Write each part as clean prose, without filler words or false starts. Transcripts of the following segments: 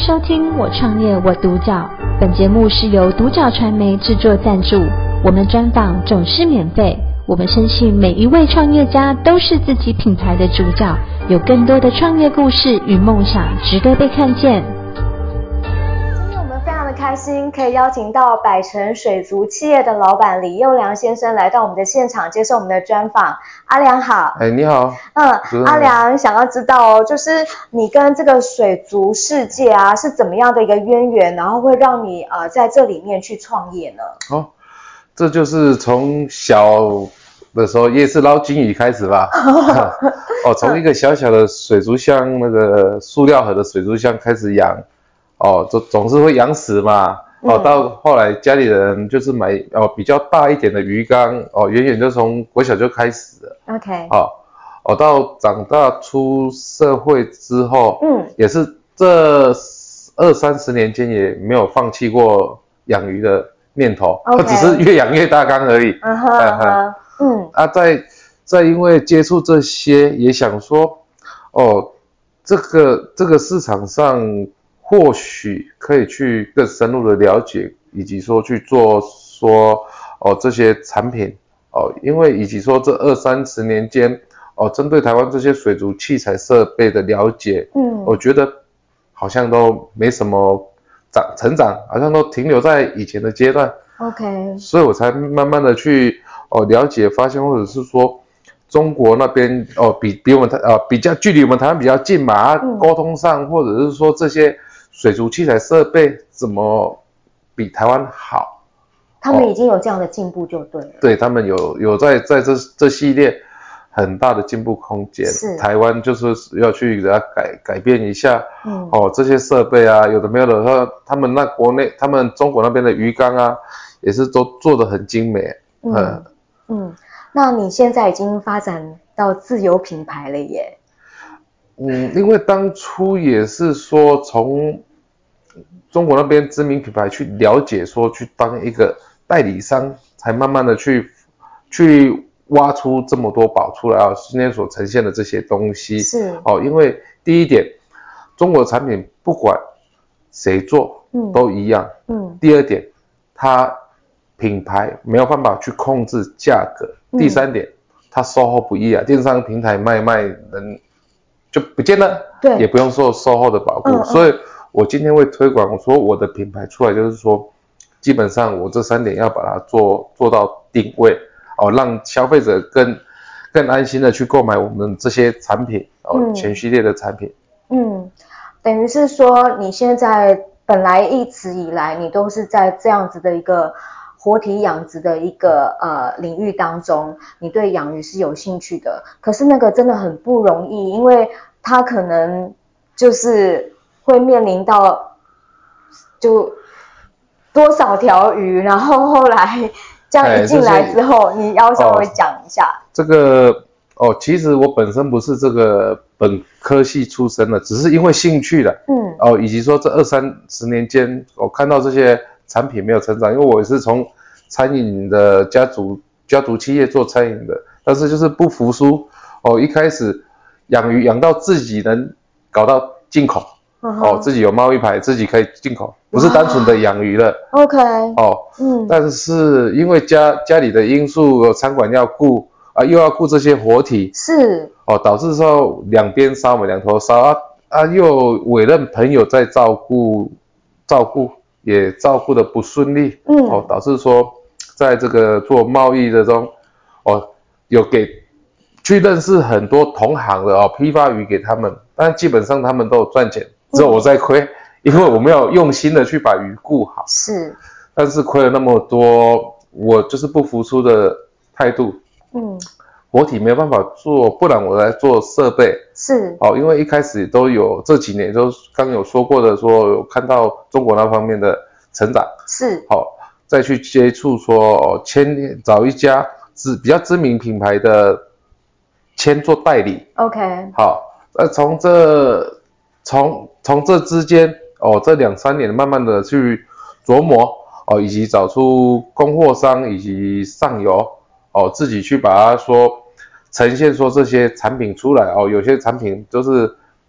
收听我创业我独角，本节目是由独角传媒制作赞助，我们专访总是免费，我们深信每一位创业家都是自己品牌的主角，有更多的创业故事与梦想值得被看见。 今天我们非常的开心，可以邀请到百成水族企业的老板李佑良先生来到我们的现场接受我们的专访。阿良好。 你好。 阿良想要知道哦，就是你跟这个水族世界啊是怎么样的一个渊源，然后会让你在这里面去创业呢？ 这就是从小的时候夜市捞金鱼开始吧。从一个小小的水族箱，那个塑料盒的水族箱开始养，总是会养死嘛。到后来家里人就是买比较大一点的鱼缸，远远就从国小就开始了。 OK。 到长大出社会之后，也是这20-30年间也没有放弃过养鱼的念头，只是越养越大缸而已。再因为接触这些，也想说，这个市场上或许可以去更深入的了解，以及说去做这些产品，因为以及说这20-30年间，针对台湾这些水族器材设备的了解，我觉得好像都没什么成长，好像都停留在以前的阶段。 OK。 所以我才慢慢的去了解发现，或者是说中国那边比我们比较距离我们台湾比较近嘛，沟通上或者是说这些水族器材设备怎么比台湾好， 他们已经有这样的进步就对了。 对，他们有在这系列很大的进步空间。台湾就是要去给它改变一下。这些设备啊，有的没有的，他们他们中国那边的鱼缸啊，也是都做得很精美。 那你现在已经发展到自有品牌了耶？ 因为当初也是说从中国那边知名品牌去了解，说去当一个代理商，才慢慢的去挖出这么多宝出来今天所呈现的这些东西。因为第一点，中国产品不管谁做都一样。第二点，它品牌没有办法去控制价格。第三点，它售后不易啊，电商平台卖人就不见了，也不用受售后的保护。所以我今天会推广，我说我的品牌出来就是说，基本上我这3点要把它做到定位，让消费者更安心的去购买我们这些产品，全系列的产品。 等于是说你现在本来一直以来你都是在这样子的一个活体养殖的一个领域当中，你对养鱼是有兴趣的，可是那个真的很不容易，因为它可能就是会面临到就多少条鱼，然后后来这样一进来之后，你要稍微讲一下。 这个其实我本身不是这个本科系出身的，只是因为兴趣的。以及说这20-30年间，我看到这些产品没有成长，因为我也是从餐饮的家族企业做餐饮的，但是就是不服输。一开始养鱼养到自己能搞到进口。自己有贸易牌，自己可以进口，不是单纯的养鱼了。 OK。 但是因为家里的因素，有餐馆要顾又要顾这些活体，导致说两边烧嘛，两头烧又委任朋友在照顾，也照顾的不顺利。导致说在这个做贸易的中，有去认识很多同行的批发鱼给他们，但基本上他们都有赚钱。只有我在亏，因为我没有用心的去把鱼顾好。但是亏了那么多，我就是不服输的态度。活体没有办法做，不然我来做设备。因为一开始都有这几年都刚有说过的，说有看到中国那方面的成长。再去接触说找一家比较知名品牌的做代理。从这之间这2-3年慢慢的去琢磨以及找出供货商以及上游自己去把它说呈现说这些产品出来有些产品就是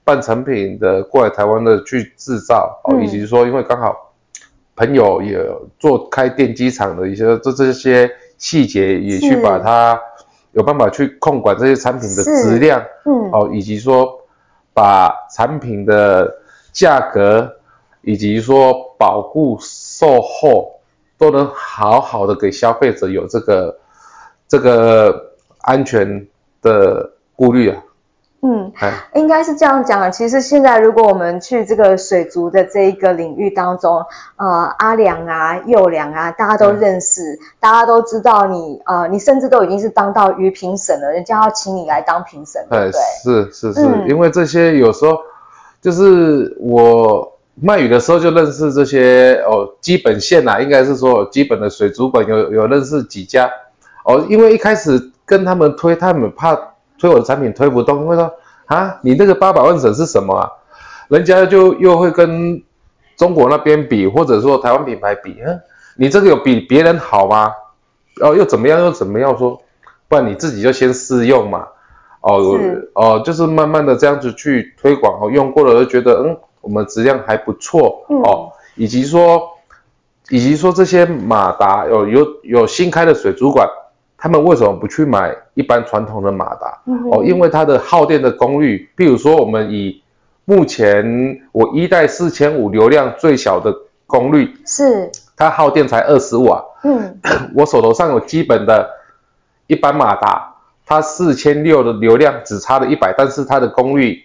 半成品的过来台湾的去制造以及说因为刚好朋友也做开电机厂的一些这些细节也去把它有办法去控管这些产品的质量，以及说把产品的价格以及说保护售后都能好好的给消费者有这个安全的顾虑啊。 应该是这样讲。其实现在如果我们去这个水族的这一个领域当中，阿良啊、幼良啊，大家都认识，大家都知道你甚至都已经是当到鱼评审了，人家要请你来当评审，对不对？ 是，因为这些有时候就是我卖鱼的时候就认识这些基本线应该是说基本的水族馆有认识几家因为一开始跟他们推，他们怕推我的产品推不动，因为说你那个800万省是什么啊？人家就又会跟中国那边比，或者说台湾品牌比，你这个有比别人好吗？又怎么样说，不然你自己就先试用嘛。就是慢慢的这样子去推广用过了就觉得我们质量还不错以及说这些马达有新开的水族馆。他们为什么不去买一般传统的马达？因为它的耗电的功率，譬如说我们以目前我1代4500流量最小的功率，它耗电才20瓦。我手头上有基本的一般马达，它4600的流量只差了100，但是它的功率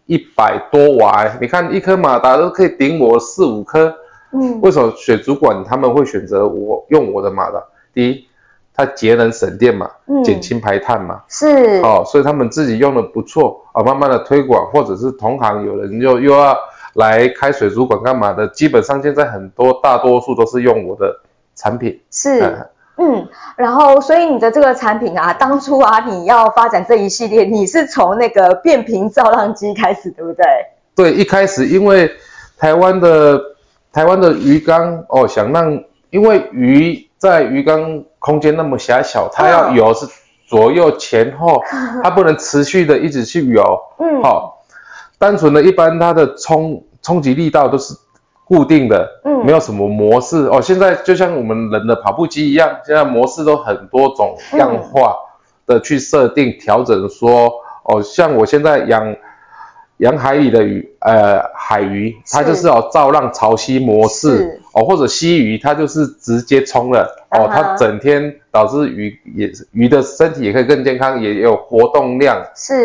100多瓦。你看一颗马达都可以顶我4、5颗。为什么水族馆他们会选择我用我的马达？第一，它节能省电嘛，减轻排碳嘛，所以他们自己用的不错慢慢的推广，或者是同行有人又要来开水族馆干嘛的，基本上现在大多数都是用我的产品。 然后所以你的这个产品当初你要发展这一系列，你是从那个变频造浪机开始，对不对？ 对，一开始因为台湾的鱼缸想让，因为鱼在鱼缸空间那么狭小，它要游是左右前后，它不能持续的一直去游。单纯的一般它的冲击力道都是固定的，没有什么模式现在就像我们人的跑步机一样，现在模式都很多种样化的去设定调整说像我现在养海里的海鱼，它就是造浪潮汐模式或者溪鱼，它就是直接冲了它整天导致鱼的身体也可以更健康，也有活动量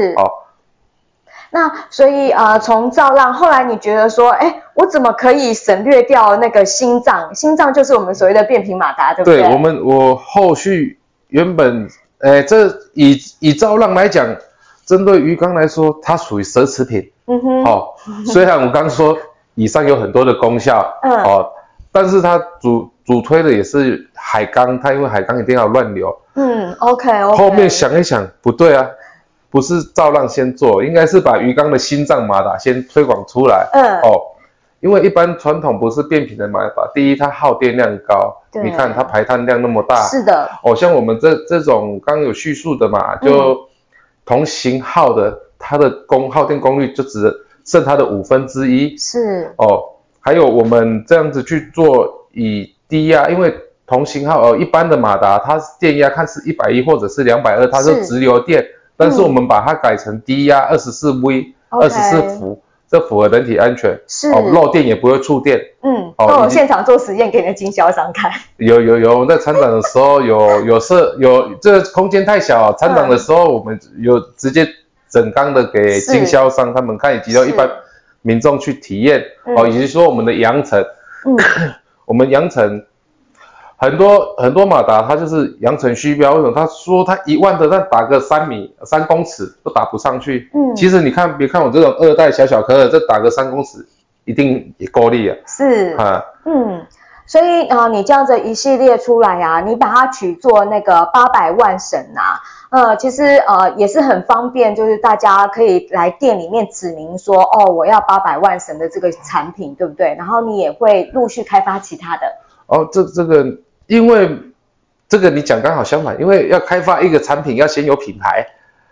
那所以从造浪，后来你觉得说，我怎么可以省略掉那个心脏？心脏就是我们所谓的变频马达，对不对？ 对，我后续原本这以造浪来讲，针对鱼缸来说，它属于奢侈品。虽然我刚说以上有很多的功效，但是它主推的也是海缸，它因为海缸一定要乱流。 OK。 后面想一想，不对啊，不是造浪先做，应该是把鱼缸的心脏马达先推广出来。因为一般传统不是变频的马达，第一它耗电量高，你看它排碳量那么大。 是的。 像我们这种刚有叙述的嘛，就同型号的，它的耗电功率就只剩它的1/5。 是。 还有我们这样子去做以低压，因为同型号一般的马达它电压看是110或者是220，它是直流电，但是我们把它改成低压24V、24伏。这符合人体安全，漏电也不会触电。 都有现场做实验给你的经销商看。 有，在参展的时候有这个空间太小，参展的时候我们有直接整缸的给经销商他们看，以及到一般民众去体验以及说我们的扬尘，我们扬尘很多马达它就是扬尘虚标，为什么他说他1万的，但打个3公尺都打不上去。其实你看，别看我这种2代小颗的，这打个3公尺一定也够力啊。 是。所以你这样子一系列出来你把它取作那个800万省其实也是很方便，就是大家可以来店里面指明说我要800万省的这个产品，对不对？然后你也会陆续开发其他的。 这个因为这个你讲刚好相反，因为要开发一个产品要先有品牌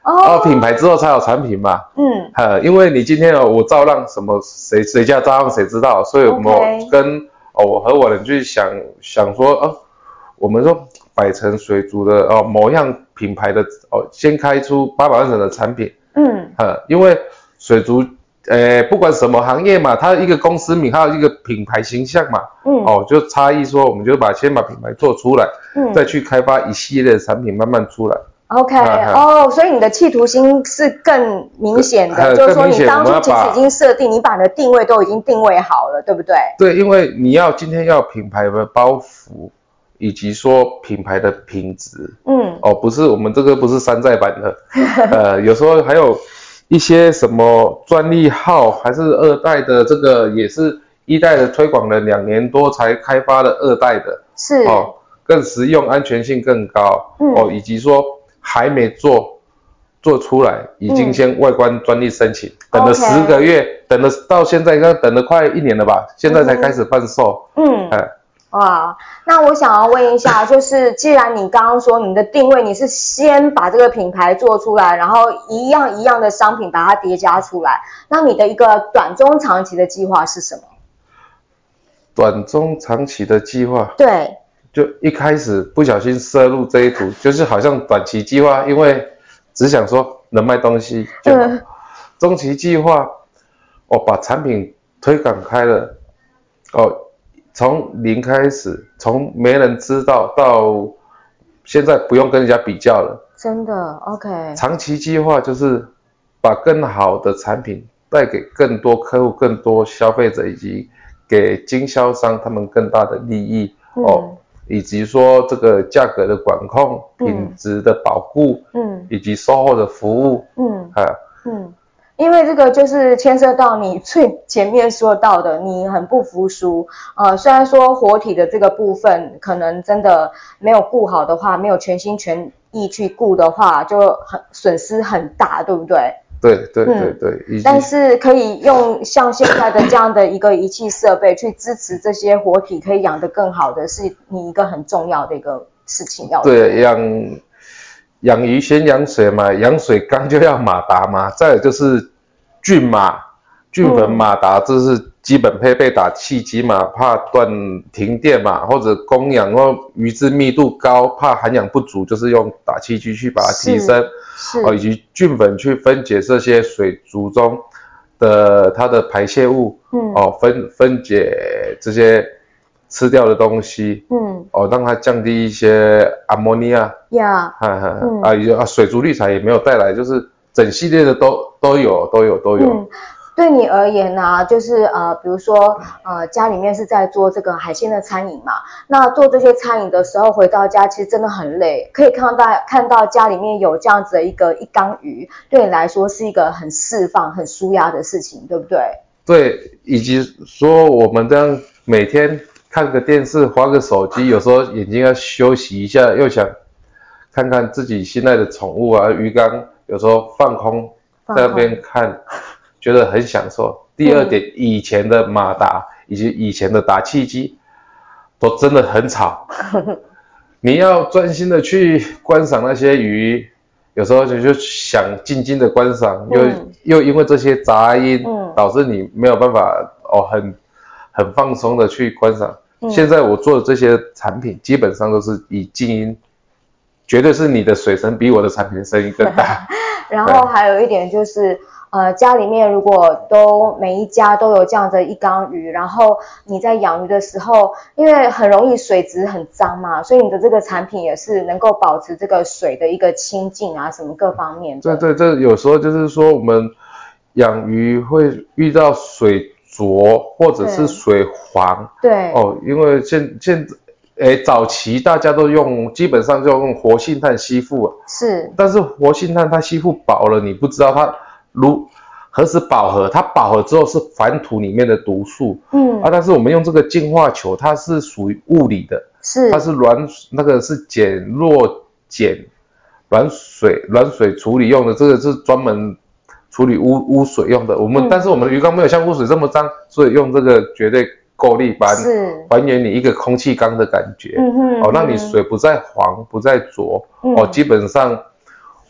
品牌之后才有产品嘛。因为你今天我造浪什么谁家造浪谁知道，所以我跟我和我人去想说我们说百城水族的某样品牌的先开出800万层的产品。因为水族不管什么行业嘛，它一个公司名还有一个品牌形象嘛。就差异说我们就先把品牌做出来，再去开发一系列的产品慢慢出来。 OK， 所以你的企图心是更明显的，就是说你当初其实已经设定，你把你的定位都已经定位好了，对不对？ 对，因为你今天要品牌的包袱，以及说品牌的品质。不是我们这个不是山寨版的，有时候还有一些什么专利号，还是2代的，这个也是1代的推广了2年多才开发的2代的， 是更实用，安全性更高。以及说还没做出来，已经先外观专利申请，等了10个月，等了到现在应该等了快1年了吧，现在才开始贩售。 哇，那我想要问一下，就是既然你刚刚说你的定位，你是先把这个品牌做出来，然后一样一样的商品把它叠加出来，那你的一个短中长期的计划是什么？ 短中长期的计划， 对， 就一开始不小心涉入这一途，就是好像短期计划，因为只想说能卖东西就好。中期计划，把产品推广开了，从0开始，从没人知道到现在不用跟人家比较了。 真的 ，OK。 长期计划就是把更好的产品带给更多客户、更多消费者，以及给经销商他们更大的利益。以及说这个价格的管控、品质的保护，以及售后的服务。 因为这个就是牵涉到你最前面说到的，你很不服输。虽然说活体的这个部分可能真的没有顾好的话，没有全心全意去顾的话，就损失很大，对不对？ 对， 但是可以用像现在的这样的一个仪器设备去支持这些活体可以养得更好的，是你一个很重要的一个事情要做。 对，养鱼先养水嘛，养水缸就要马达嘛，再有就是菌粉马达，这是基本配备，打气机嘛，怕断停电嘛，或者供氧或鱼质密度高，怕含氧不足，就是用打气机去把它提升。以及菌粉去分解这些水族中的它的排泄物，分解这些吃掉的东西，让它降低一些阿莫尼亚，水族滤材也没有带来，就是整系列的都有。 对你而言呢，就是比如说家里面是在做这个海鲜的餐饮嘛，那做这些餐饮的时候回到家其实真的很累，可以看到家里面有这样子的一缸鱼，对你来说是一个很释放、很舒压的事情，对不对？ 对，以及说我们这样每天看个电视、滑个手机，有时候眼睛要休息一下，又想看看自己心爱的宠物啊，鱼缸，有时候放空在那边看。觉得很享受。第二点，以前的马达以及以前的打气机都真的很吵，你要专心的去观赏那些鱼，有时候就想静静的观赏，又因为这些杂音，导致你没有办法很放松的去观赏。现在我做的这些产品基本上都是以静音，绝对是你的水声比我的产品声音更大。 然后还有一点就是家里面如果每一家都有这样的一缸鱼，然后你在养鱼的时候，因为很容易水质很脏嘛，所以你的这个产品也是能够保持这个水的一个清净啊，什么各方面的。 对，这有时候就是说我们养鱼会遇到水浊或者是水黄。 对。 因为早期大家都基本上就用活性炭吸附。是。但是活性炭它吸附饱了，你不知道它何时饱和，它饱和之后是反土里面的毒素。但是我们用这个净化球，它是属于物理的，它是是减弱软水处理用的，这个是专门处理污水用的。但是我们的鱼缸没有像污水这么脏，所以用这个绝对够力，还原你一个空气缸的感觉。让你水不再黄不再浊。基本上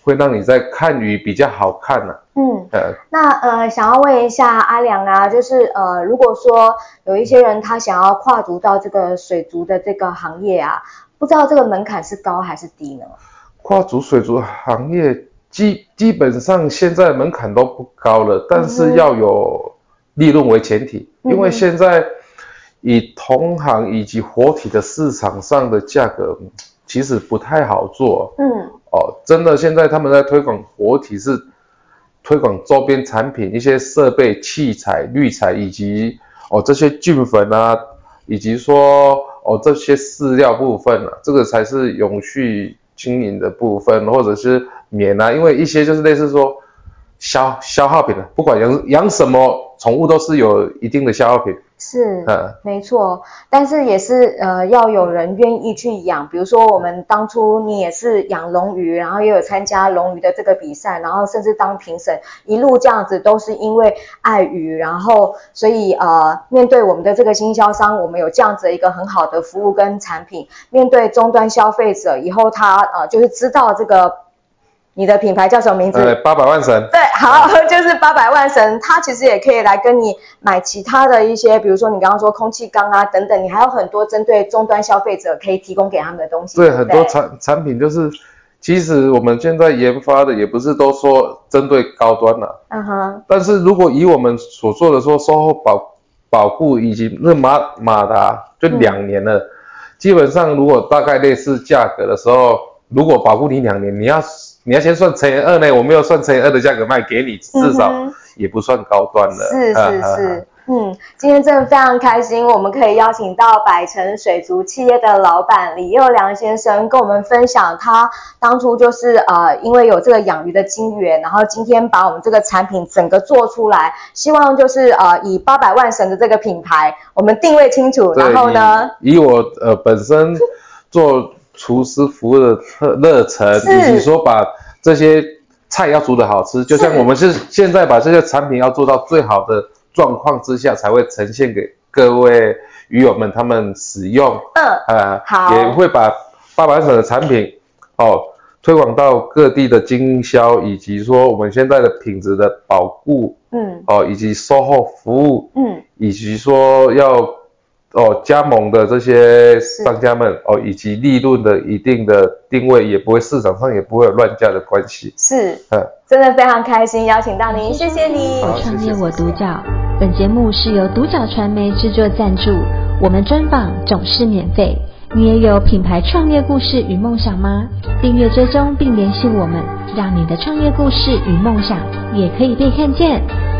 会让你在看鱼比较好看啊。 那想要问一下阿良啊，就是如果说有一些人他想要跨足到这个水族的这个行业啊，不知道这个门槛是高还是低呢？ 跨足水族行业基本上现在门槛都不高了，但是要有利润为前提，因为现在以同行以及活体的市场上的价格其实不太好做。真的现在他们在推广活体是推广周边产品，一些设备、器材、滤材以及这些菌粉啊，以及说这些饲料部分啊，这个才是永续经营的部分，或者是免啊，因为一些就是类似说消耗品的，不管养什么宠物都是有一定的消耗品。 是，没错，但是也是要有人愿意去养，比如说我们当初你也是养龙鱼，然后也有参加龙鱼的这个比赛，然后甚至当评审，一路这样子都是因为爱鱼，然后所以面对我们的这个经销商，我们有这样子一个很好的服务跟产品，面对终端消费者以后他就是知道这个。你的品牌叫什么名字 ？800万神。 对，好，就是800万神，它其实也可以来跟你买其他的一些，比如说你刚刚说空气缸啊等等，你还有很多针对终端消费者可以提供给他们的东西。 对，很多产品就是，其实我们现在研发的也不是都说针对高端了。但是如果以我们所做的说售后保护以及那马达就2年了，基本上如果大概类似价格的时候，如果保护你2年，你要先算乘以2呢，我没有算乘以2的价格卖给你，至少也不算高端了。 是。今天真的非常开心，我们可以邀请到百成水族企业的老板李佑良先生跟我们分享他当初就是因为有这个养鱼的经验，然后今天把我们这个产品整个做出来，希望就是以800万神的这个品牌我们定位清楚，然后呢以我本身做厨师服务的热忱，以及说把这些菜要煮得好吃，就像我们是现在把这些产品要做到最好的状况之下，才会呈现给各位鱼友们他们使用。 好， 也会把800万神的产品推广到各地的经销，以及说我们现在的品质的保护，以及售后服务，以及说要加盟的这些商家们以及利润的一定的定位，也不会市场上也不会有乱价的关系。 是，真的非常开心邀请到您，谢谢你。 创业我独角，本节目是由独角传媒制作赞助，我们专访总是免费。你也有品牌创业故事与梦想吗？订阅追踪并联系我们，让你的创业故事与梦想也可以被看见。